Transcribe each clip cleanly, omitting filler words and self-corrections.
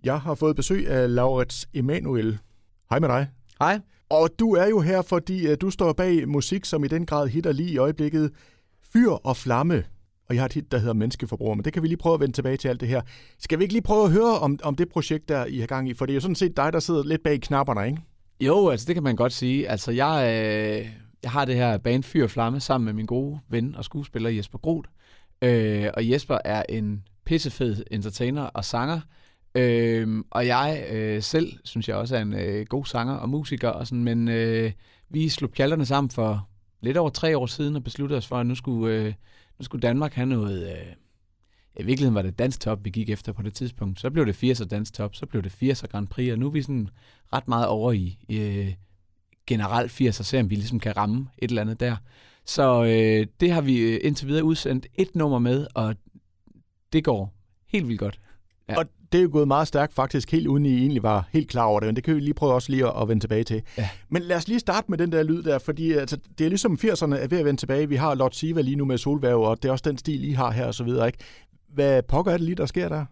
Jeg har fået besøg af Laurits Emanuel. Hej med dig. Hej. Og du er jo her, fordi du står bag musik, som i den grad hitter lige i øjeblikket. Fyr og flamme. Og jeg har et hit, der hedder Menneskeforbruger, men det kan vi lige prøve at vende tilbage til alt det her. Skal vi ikke lige prøve at høre om det projekt, der I har gang i? For det er jo sådan set dig, der sidder lidt bag knapperne, ikke? Jo, altså det kan man godt sige. Altså jeg har det her band Fyr og Flamme sammen med min gode ven og skuespiller Jesper Groth. Og Jesper er en pissefed entertainer og sanger. Og jeg selv synes jeg også er en god sanger og musiker. Og sådan, men vi slog pjalterne sammen for lidt over 3 år siden og besluttede os for, at nu skulle Danmark have noget... I virkeligheden var det Danstop, vi gik efter på det tidspunkt. Så blev det 80'er Danstop, så blev det 80'er Grand Prix, og nu er vi sådan ret meget over i generelt 80'er, så om vi ligesom kan ramme et eller andet der. Så det har vi indtil videre udsendt 1 nummer med, og det går helt vildt godt. Ja. Og det er jo gået meget stærkt faktisk, helt uden I egentlig var helt klar over det, men det kan vi lige prøve også lige at vende tilbage til. Ja. Men lad os lige starte med den der lyd der, fordi altså, det er ligesom 80'erne er ved at vende tilbage. Vi har Lord Siva lige nu med Solværv, og det er også den stil, I har her og så videre, ikke? Hvad pokker er det lige, der sker der?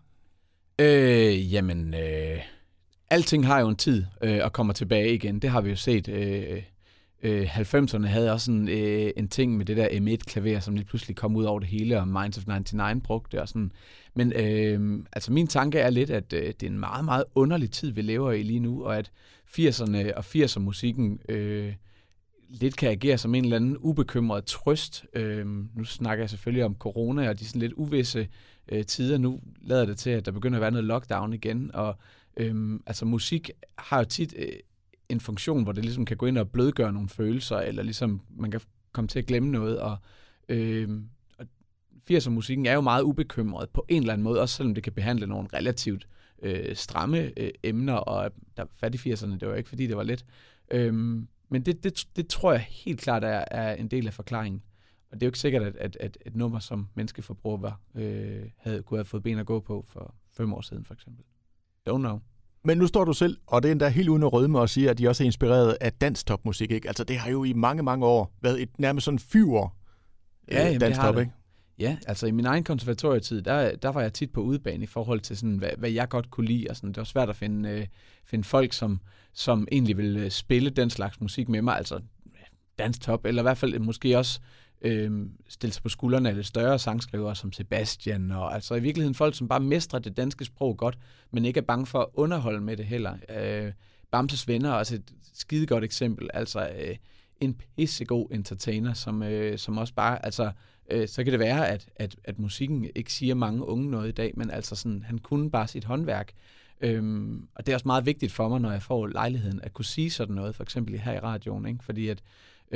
Alting har jo en tid og kommer tilbage igen. Det har vi jo set. 90'erne havde også en ting med det der M1-klaver, som lige pludselig kom ud over det hele, og Minds of 99 brugte det og sådan. Men altså min tanke er lidt, at det er en meget, meget underlig tid, vi lever i lige nu, og at 80'erne og 80'er-musikken lidt kan agere som en eller anden ubekymret trøst. Nu snakker jeg selvfølgelig om corona og de sådan lidt uvisse tider. Nu lader det til, at der begynder at være noget lockdown igen, og altså musik har jo tit en funktion, hvor det ligesom kan gå ind og blødgøre nogle følelser, eller ligesom man kan komme til at glemme noget, og 80'er-musikken er jo meget ubekymret på en eller anden måde, også selvom det kan behandle nogle relativt stramme emner, og der fat i 80'erne, det var ikke fordi det var let. Men det tror jeg helt klart er en del af forklaringen. Og det er jo ikke sikkert, at et nummer som Menneskeforbruger kunne have fået ben at gå på for 5 år siden, for eksempel. Don't know. Men nu står du selv, og det er endda helt uden at rødme, og siger, at de også er inspireret af danstopmusik, ikke? Altså det har jo i mange, mange år været et nærmest sådan 4 år danstop, ikke? Ja, altså i min egen konservatorietid, der var jeg tit på udebane i forhold til sådan, hvad jeg godt kunne lide, og sådan. Det var svært at finde folk, som egentlig ville spille den slags musik med mig, altså danstop, eller i hvert fald måske også stille sig på skuldrene af lidt større sangskrivere som Sebastian, og altså i virkeligheden folk, som bare mestrer det danske sprog godt, men ikke er bange for at underholde med det heller. Bamses Venner er også et skidegodt eksempel, altså en pissegod entertainer, som også bare, altså så kan det være, at musikken ikke siger mange unge noget i dag, men altså sådan, han kunne bare sit håndværk. Og det er også meget vigtigt for mig, når jeg får lejligheden, at kunne sige sådan noget, for eksempel her i radioen, ikke? Fordi at,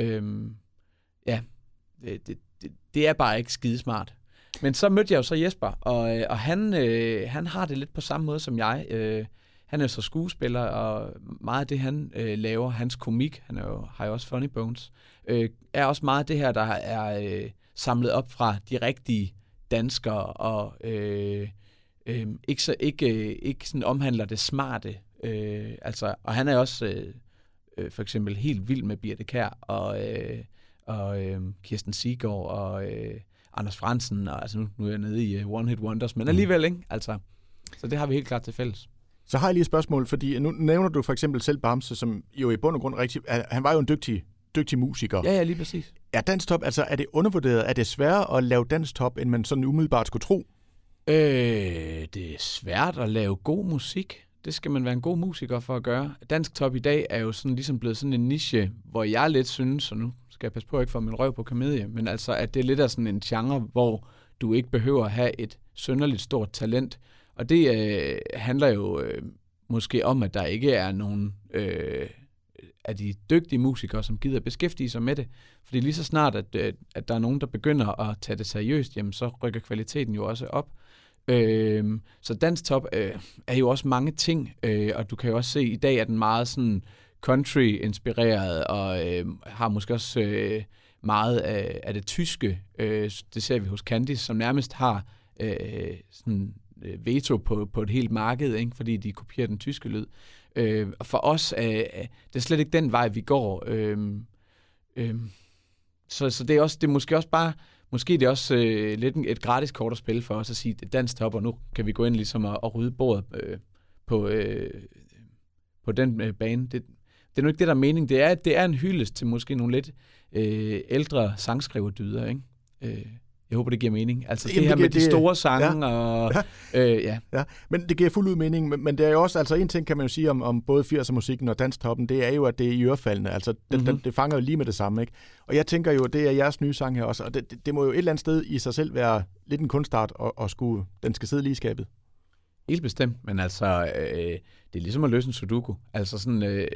det er bare ikke skidesmart. Men så mødte jeg jo så Jesper, og han har det lidt på samme måde som jeg. Han er jo så skuespiller, og meget af det, han laver, hans komik, har jo også Funny Bones, er også meget af det her, der er samlet op fra de rigtige danskere, og ikke sådan omhandler det smarte. Altså, og han er også for eksempel helt vild med Birthe Kjær, og Kirsten Siggaard, og Anders Frandsen, og altså nu er jeg nede i One Hit Wonders, men alligevel, ikke? Altså, så det har vi helt klart til fælles. Så har jeg lige et spørgsmål, fordi nu nævner du for eksempel selv Bamse, som jo i bund og grund rigtig, han var jo en dygtig musiker. Ja, lige præcis. Er danstop, altså er det undervurderet? Er det sværere at lave danstop, end man sådan umiddelbart skulle tro? Det er svært at lave god musik. Det skal man være en god musiker for at gøre. Dansktop i dag er jo sådan ligesom blevet sådan en niche, hvor jeg lidt synes, og nu skal jeg passe på at ikke få min røv på komedie, men altså at det er lidt af sådan en genre, hvor du ikke behøver at have et synderligt stort talent. Og det handler jo måske om, at der ikke er nogen af de dygtige musikere, som gider beskæftige sig med det. Fordi lige så snart, at der er nogen, der begynder at tage det seriøst, jamen, så rykker kvaliteten jo også op. Så danstop er jo også mange ting, og du kan jo også se, at i dag er den meget sådan country-inspireret, og har måske også meget af det tyske. Det ser vi hos Candice, som nærmest har sådan veto på et helt marked, ikke? Fordi de kopierer den tyske lyd. Og for os det er slet ikke den vej, vi går. Så det er også, det er måske også bare, måske det er også lidt et gratis kort at spille for os at sige, det er danstop, og nu kan vi gå ind ligesom og rydde bordet på den bane. Det er nu ikke det, der er mening. Det er en hyldest til måske nogle lidt ældre sangskriverdyder, ikke? Jeg håber, det giver mening. Altså det her med de store sange og... Ja. Men det giver fuldt ud mening. Men det er jo også... Altså en ting kan man jo sige om både 80'er-musikken og danstoppen, det er jo, at det er i ørefaldene. Altså det fanger jo lige med det samme, ikke? Og jeg tænker jo, det er jeres nye sang her også. Og det må jo et eller andet sted i sig selv være lidt en kunstart, og den skal sidde lige i skabet. Helt bestemt, men altså... det er ligesom at løse en sudoku. Altså sådan...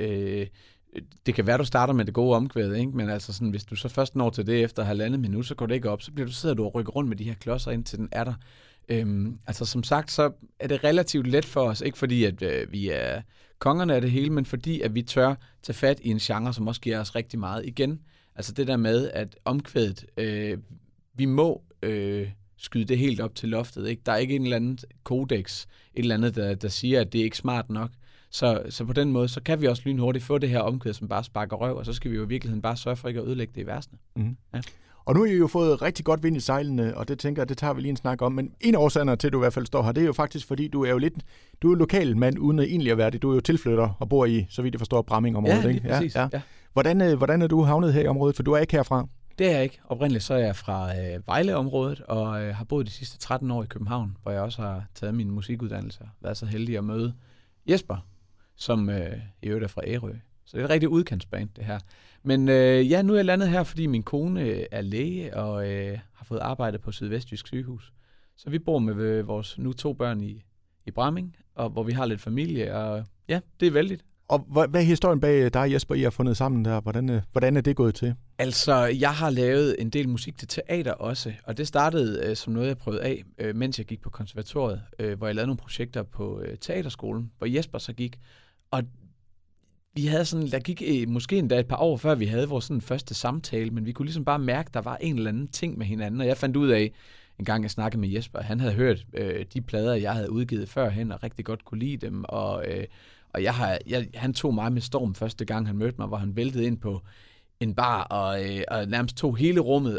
det kan være, du starter med det gode omkvæd, ikke? Men altså sådan, hvis du så først når til det efter 1,5 minut, så går det ikke op, så sidder du og rykker rundt med de her klodser, indtil den er der. Altså som sagt, så er det relativt let for os, ikke fordi at vi er kongerne af det hele, men fordi at vi tør tage fat i en genre, som også giver os rigtig meget igen. Altså det der med, at omkvædet, vi må skyde det helt op til loftet, ikke? Der er ikke en eller anden kodex, et eller andet, der siger, at det er ikke smart nok. Så på den måde, så kan vi også lynhurtigt få det her omkvæd, som bare sparker røv, og så skal vi jo i virkeligheden bare sørge for ikke at ødelægge det i versene. Mm. Ja. Og nu har I jo fået rigtig godt vind i sejlene, og det tænker jeg, det tager vi lige en snak om. Men en af årsagerne til, at du i hvert fald står her, det er jo faktisk, fordi du er jo lokal mand, uden at egentlig at være det. Du er jo tilflytter og bor i, så vidt jeg forstår, Bramming-området. Ja, lige præcis. Ja. Hvordan er du havnet her i området? For du er ikke herfra. Det er jeg ikke. Oprindeligt så er jeg fra Vejle-området, og har boet de sidste 13 år i København, hvor jeg også har taget min musikuddannelse. Været så heldig at møde Jesper, som i øvrigt er fra Ærø. Så det er et rigtig udkantsband, det her. Men nu er jeg landet her, fordi min kone er læge og har fået arbejde på Sydvestjysk Sygehus. Så vi bor med vores nu 2 børn i Bramming, og hvor vi har lidt familie, og ja, det er vældigt. Og hvad er historien bag dig, Jesper, I har fundet sammen der? Hvordan er det gået til? Altså, jeg har lavet en del musik til teater også, og det startede som noget, jeg prøvede af, mens jeg gik på konservatoriet, hvor jeg lavede nogle projekter på teaterskolen, hvor Jesper så gik. Og vi havde sådan, der gik måske endda et par år før, vi havde vores sådan første samtale, men vi kunne ligesom bare mærke, at der var en eller anden ting med hinanden, og jeg fandt ud af, en gang jeg snakkede med Jesper, han havde hørt de plader, jeg havde udgivet førhen, og rigtig godt kunne lide dem, og han tog mig med storm første gang, han mødte mig, hvor han væltede ind på en bar, og nærmest tog hele rummet,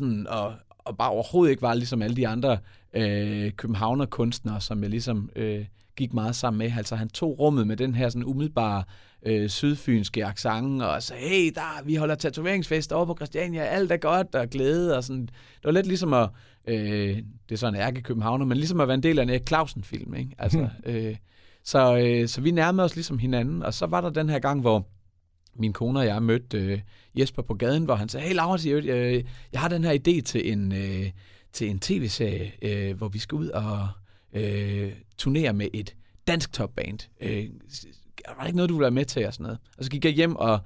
og bare overhovedet ikke var ligesom alle de andre københavnerkunstnere, som jeg ligesom gik meget sammen med. Altså han tog rummet med den her sådan umiddelbare sydfynske accent, og sagde, hey, vi holder tatoveringsfest over på Christiania, alt er godt, og glæde, og sådan. Det var lidt ligesom at, det er sådan en ærkekøbenhavner, men ligesom at være en del af en Erik Clausen-film, ikke? Altså, så vi nærmede os ligesom hinanden, og så var der den her gang, hvor min kone og jeg mødte Jesper på gaden, hvor han sagde, hey Laurits, jeg har den her idé til en tv-serie, hvor vi skal ud og turnere med et dansk topband. Var det ikke noget, du ville være med til og sådan noget? Og så gik jeg hjem og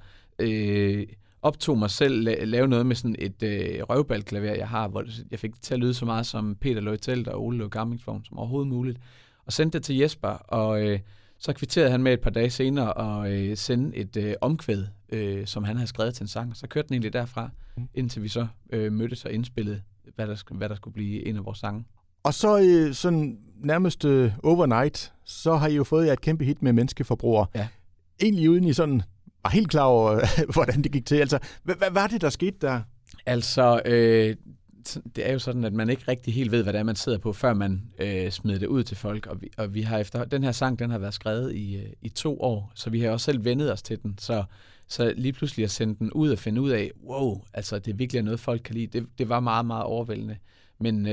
optog mig selv, lave noget med sådan et røvbalklaver, jeg har, hvor jeg fik det til at lyde så meget som Peter Løjtelt og Ole Løv Gammingsvogn som overhovedet muligt. Og sendte det til Jesper, og så kvitterede han med et par dage senere og sendte et omkvæd, som han havde skrevet til en sang. Så kørte den egentlig derfra, indtil vi så mødtes og indspillede, hvad der skulle blive en af vores sange. Og så sådan nærmest overnight, så har I jo fået jer et kæmpe hit med Menneskeforbruger. Ja. Egentlig uden I sådan var helt klar over, hvordan det gik til. Altså, hvad var det, der skete der? Altså, det er jo sådan, at man ikke rigtig helt ved, hvad det er, man sidder på, før man smider det ud til folk. Og vi har efter den her sang, den har været skrevet i 2 år, så vi har også selv vendet os til den. Så lige pludselig at sende den ud og finde ud af, wow, altså det er virkelig noget, folk kan lide. Det var meget, meget overvældende. Men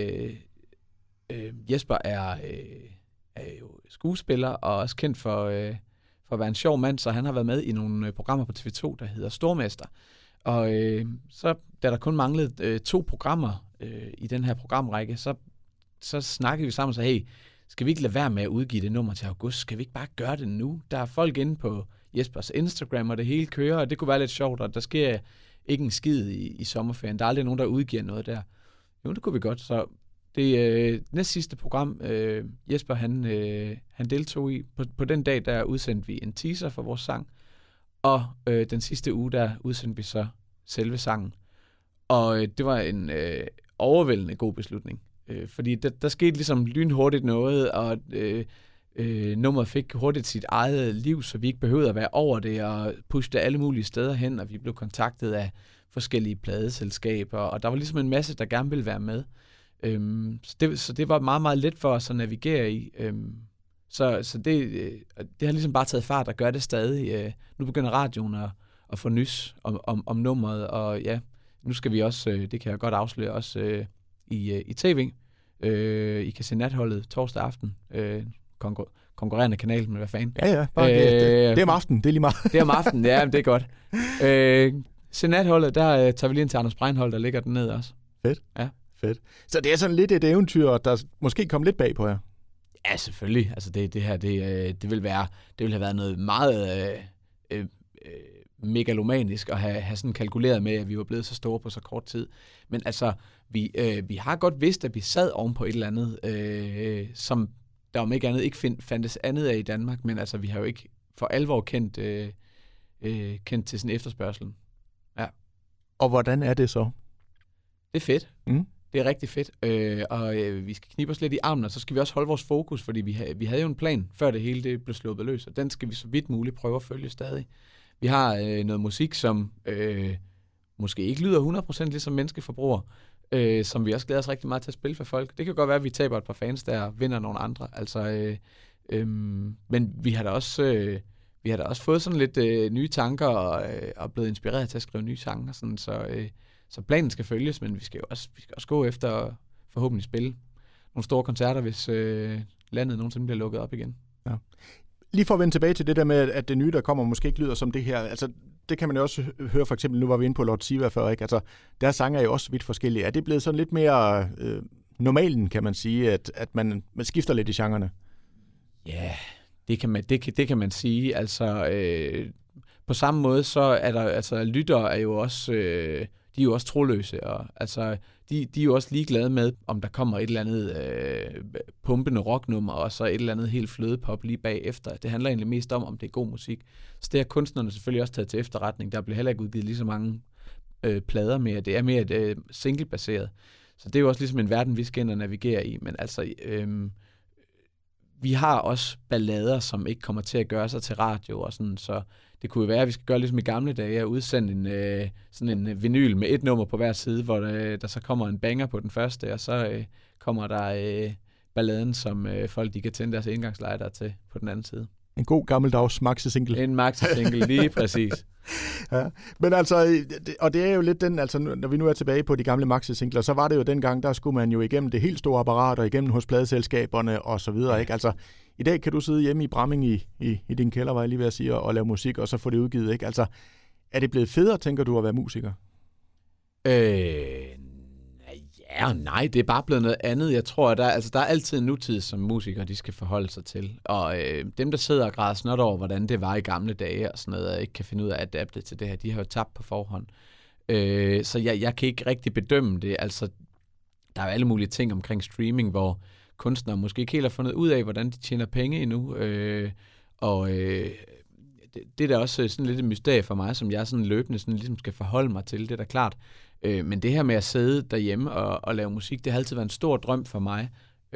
Jesper er jo skuespiller og også kendt for at være en sjov mand, så han har været med i nogle programmer på TV2, der hedder Stormester. Og så, da der kun manglede 2 programmer i den her programrække, så snakkede vi sammen og sagde, hey, skal vi ikke lade være med at udgive det nummer til august? Skal vi ikke bare gøre det nu? Der er folk inde på Jespers Instagram, og det hele kører, og det kunne være lidt sjovt, og der sker ikke en skid i sommerferien. Der er aldrig nogen, der udgiver noget der. Jo, det kunne vi godt. Så det næst sidste program, Jesper han deltog i, på den dag, der udsendte vi en teaser for vores sang, og den sidste uge, der udsendte vi så selve sangen. Og det var en overvældende god beslutning, fordi der skete ligesom lynhurtigt noget, og nummeret fik hurtigt sit eget liv, så vi ikke behøvede at være over det, og pushe det alle mulige steder hen, og vi blev kontaktet af forskellige pladeselskaber, og der var ligesom en masse, der gerne ville være med. Så det var meget, meget let for os at navigere i. Så det har ligesom bare taget fart og gør det stadig. Nu begynder radioen at få nys om nummeret, og ja, nu skal vi også, det kan jeg godt afsløre, også i tv. I kan se Natholdet torsdag aften. Konkurrerende kanal, men hvad fanden? Ja, bare det er om aftenen, det er lige meget. Det er om aftenen, ja, det er godt. Se Natholdet, der tager vi lige ind til Anders Breinholt, der ligger dernede også. Fedt. Ja. Fedt. Så det er sådan lidt et eventyr, der måske kom lidt bag på jer. Ja, selvfølgelig. Altså det her, det vil have været noget meget megalomanisk at have sådan kalkuleret med, at vi var blevet så store på så kort tid. Men altså, vi har godt vidst, at vi sad oven på et eller andet, som der om ikke andet ikke fandtes andet af i Danmark, men altså, vi har jo ikke for alvor kendt til sådan efterspørgselen. Ja. Og hvordan er det så? Det er fedt. Det er rigtig fedt, og vi skal knibe os lidt i armen, og så skal vi også holde vores fokus, fordi vi havde jo en plan, før det hele det blev sluppet løs, og den skal vi så vidt muligt prøve at følge stadig. Vi har noget musik, som måske ikke lyder 100% ligesom menneskeforbruger, som vi også glæder os rigtig meget til at spille for folk. Det kan godt være, at vi taber et par fans der og vinder nogle andre, altså, men vi har da også fået sådan lidt nye tanker og blevet inspireret til at skrive nye sange, og sådan, så planen skal følges, men vi skal også gå efter og forhåbentlig spille nogle store koncerter, hvis landet nogensinde bliver lukket op igen. Ja. Lige for at vende tilbage til det der med, at det nye, der kommer, måske ikke lyder som det her. Altså, det kan man jo også høre, for eksempel, nu var vi inde på Lord Siva før, ikke? Altså, deres sange er jo også vidt forskellige. Er det blevet sådan lidt mere normalen, kan man sige, at man skifter lidt i genrerne? Ja, det kan man sige. Altså, på samme måde, så er der, altså, lyttere er jo også... de er jo også troløse, og altså, de er jo også ligeglade med, om der kommer et eller andet pumpende rocknummer, og så et eller andet helt flødepop lige bagefter. Det handler egentlig mest om det er god musik. Så det har kunstnerne selvfølgelig også taget til efterretning. Der bliver heller ikke udgivet lige så mange plader mere. Det er mere singlebaseret. Så det er jo også ligesom en verden, vi skal ind og navigere i. Men altså, vi har også ballader, som ikke kommer til at gøre sig til radio og sådan, så det kunne jo være, at vi skal gøre ligesom i gamle dage, at udsende sådan en vinyl med et nummer på hver side, hvor der så kommer en banger på den første, og så kommer der balladen, som folk de kan tænde deres indgangslejder til på den anden side. En god gammeldags maxi-single. En maxi-single, lige præcis. Ja, men altså, og det er jo lidt den, altså når vi nu er tilbage på de gamle maxi-singler, så var det jo dengang, der skulle man jo igennem det helt store apparat, og igennem hos pladeselskaberne og så videre, ikke? Altså, i dag kan du sidde hjemme i Bramming i din kælder, var jeg lige ved at sige, og lave musik, og så få det udgivet, ikke? Altså, er det blevet federe, tænker du, at være musiker? Ja og nej, det er bare blevet noget andet. Jeg tror, at der er altid en nutid, som musikere de skal forholde sig til. Og dem, der sidder og græder snot over, hvordan det var i gamle dage og sådan noget, og ikke kan finde ud af at adapte til det her, de har jo tabt på forhånd. Så jeg kan ikke rigtig bedømme det. Altså, der er jo alle mulige ting omkring streaming, hvor kunstnere måske ikke helt har fundet ud af, hvordan de tjener penge endnu. Det er da også sådan lidt et mysterie for mig, som jeg sådan løbende sådan ligesom skal forholde mig til, det er da klart. Men det her med at sidde derhjemme og lave musik, det har altid været en stor drøm for mig.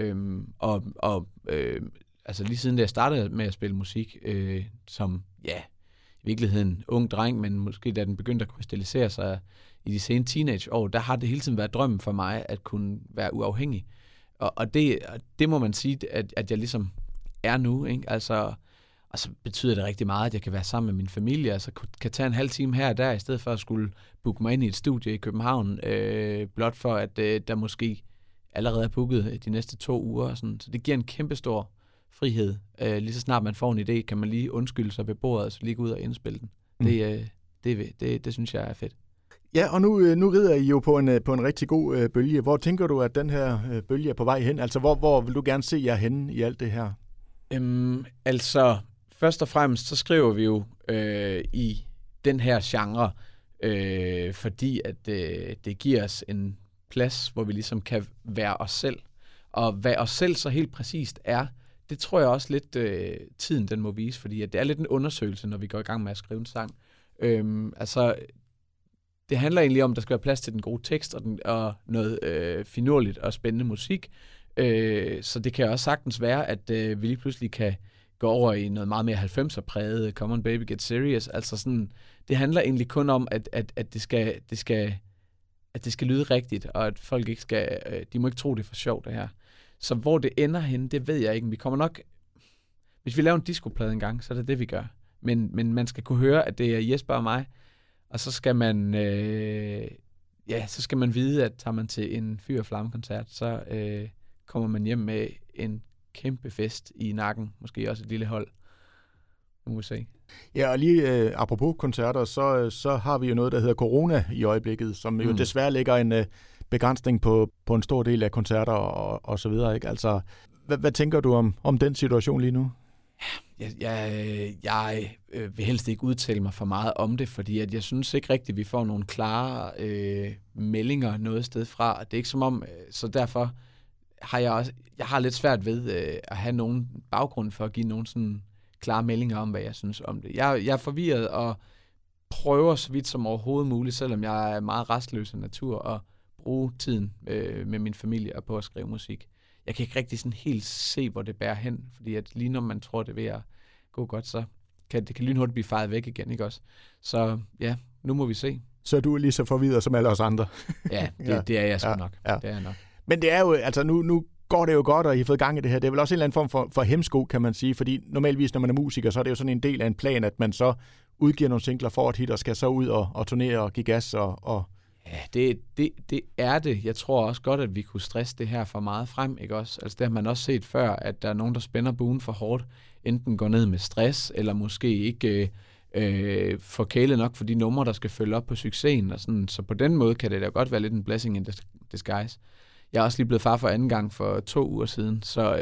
Altså lige siden da jeg startede med at spille musik, som ja, i virkeligheden ung dreng, men måske da den begyndte at krystallisere sig i de sene teenageår, der har det hele tiden været drømmen for mig at kunne være uafhængig. Og det må man sige, at jeg ligesom er nu, ikke? Altså, og så betyder det rigtig meget, at jeg kan være sammen med min familie, altså kan tage en halv time her og der, i stedet for at skulle booke mig ind i et studie i København, blot for at der måske allerede er booket de næste 2 uger. Og sådan. Så det giver en kæmpestor frihed. Lige så snart man får en idé, kan man lige undskylde sig ved bordet, og så lige gå ud og indspille den. Det synes jeg er fedt. Ja, og nu rider I jo på en rigtig god bølge. Hvor tænker du, at den her bølge er på vej hen? Altså, hvor vil du gerne se jer henne i alt det her? Altså, først og fremmest, så skriver vi jo i den her genre, fordi at det giver os en plads, hvor vi ligesom kan være os selv. Og hvad os selv så helt præcist er, det tror jeg også lidt tiden den må vise, fordi at det er lidt en undersøgelse, når vi går i gang med at skrive en sang. Altså, det handler egentlig om, at der skal være plads til den gode tekst og noget finurligt og spændende musik. Så det kan også sagtens være, at vi lige pludselig kan gå over i noget meget mere 90'er-præget, Come on baby, get serious. Altså sådan, det handler egentlig kun om, at det skal lyde rigtigt, og at folk ikke skal, de må ikke tro, det er for sjovt, det her. Så hvor det ender henne, det ved jeg ikke. Vi kommer nok, Hvis vi laver en discoplade en gang, så er det vi gør. Men man skal kunne høre, at det er Jesper og mig, og så skal man, så skal man vide, at tager man til en Fyr og Flamme-koncert, så kommer man hjem med en kæmpe fest i nakken, måske også et lille hold. Nu må vi se. Ja, og lige apropos koncerter, så har vi jo noget, der hedder corona i øjeblikket, som jo desværre lægger en begrænsning på en stor del af koncerter og så videre, ikke? Altså, hvad tænker du om den situation lige nu? Jeg vil helst ikke udtale mig for meget om det, fordi at jeg synes ikke rigtigt, at vi får nogle klare meldinger noget sted fra. Det er ikke som om, så derfor har jeg har lidt svært ved at have nogen baggrund for at give nogen sådan klare meldinger om, hvad jeg synes om det. Jeg er forvirret og prøver så vidt som overhovedet muligt, selvom jeg er meget restløs af natur, at bruge tiden med min familie og på at skrive musik. Jeg kan ikke rigtig sådan helt se, hvor det bærer hen, fordi at lige når man tror, det er ved at gå godt, så kan det lynhurtigt blive fejet væk igen, ikke også? Så ja, nu må vi se. Så du er lige så forvirret som alle os andre? Ja, det er jeg sgu nok. Ja. Det er jeg nok. Men det er jo, altså nu går det jo godt, og I har fået gang i det her. Det er vel også en eller anden form for hemsko, kan man sige, fordi normalvis, når man er musiker, så er det jo sådan en del af en plan, at man så udgiver nogle singler for et hit, og skal så ud og turnere og give gas og Ja, det er det. Jeg tror også godt, at vi kunne stresse det her for meget frem, ikke også? Altså det har man også set før, at der er nogen, der spænder buen for hårdt, enten går ned med stress, eller måske ikke får kælet nok for de numre, der skal følge op på succesen, og sådan. Så på den måde kan det da godt være lidt en blessing in disguise. Jeg er også lige blevet far for anden gang for 2 uger siden, så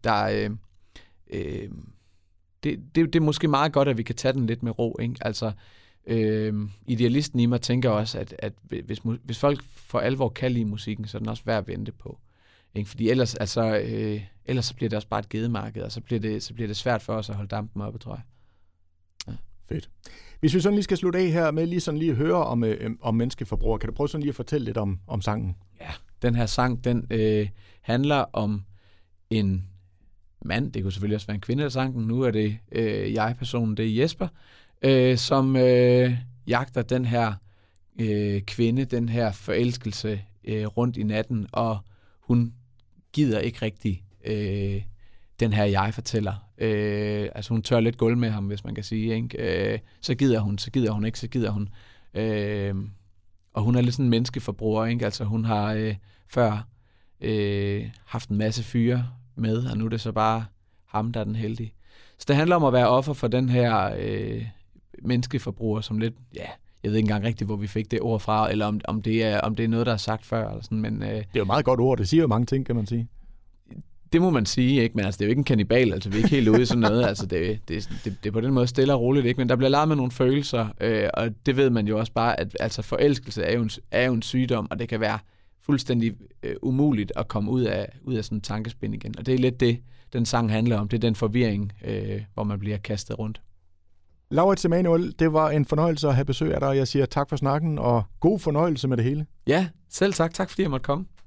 det er måske meget godt, at vi kan tage den lidt med ro, ikke? Altså idealisten i mig tænker også, at hvis folk for alvor kan lide musikken, så er den også værd at vente på. Ikke? Fordi ellers så bliver det også bare et gedemarked, og så bliver det svært for os at holde dampen oppe, tror jeg. Ja. Fedt. Hvis vi sådan lige skal slutte af her med lige at høre om menneskeforbrug, kan du prøve sådan lige at fortælle lidt om sangen? Ja, den her sang, den handler om en mand, det kunne selvfølgelig også være en kvinde, der sang den. Nu er det jeg-personen, det er Jesper, som jagter den her kvinde, den her forelskelse rundt i natten, og hun gider ikke rigtig den her jeg-fortæller. Altså hun tør lidt gulv med ham, hvis man kan sige, ikke? Så gider hun ikke, så gider hun. Og hun er lidt sådan en menneskeforbruger, ikke? Altså hun har før haft en masse fyre med, og nu er det så bare ham, der er den heldige. Så det handler om at være offer for den her menneskeforbruger, som lidt, ja, jeg ved ikke engang rigtigt, hvor vi fik det ord fra, eller om det er noget, der er sagt før, eller sådan, men det er jo et meget godt ord, det siger jo mange ting, kan man sige. Det må man sige, ikke? Men altså, det er jo ikke en kannibal, altså vi er ikke helt ude i sådan noget, altså det er på den måde stille og roligt, ikke? Men der bliver leget med nogle følelser, og det ved man jo også bare, at altså forelskelse er jo en sygdom, og det kan være fuldstændig umuligt at komme ud af sådan en tankespind igen, og det er lidt det, den sang handler om, det er den forvirring, hvor man bliver kastet rundt. Lauritz Emanuel, det var en fornøjelse at have besøg af dig, og jeg siger tak for snakken, og god fornøjelse med det hele. Ja, selv tak. Tak fordi jeg måtte komme.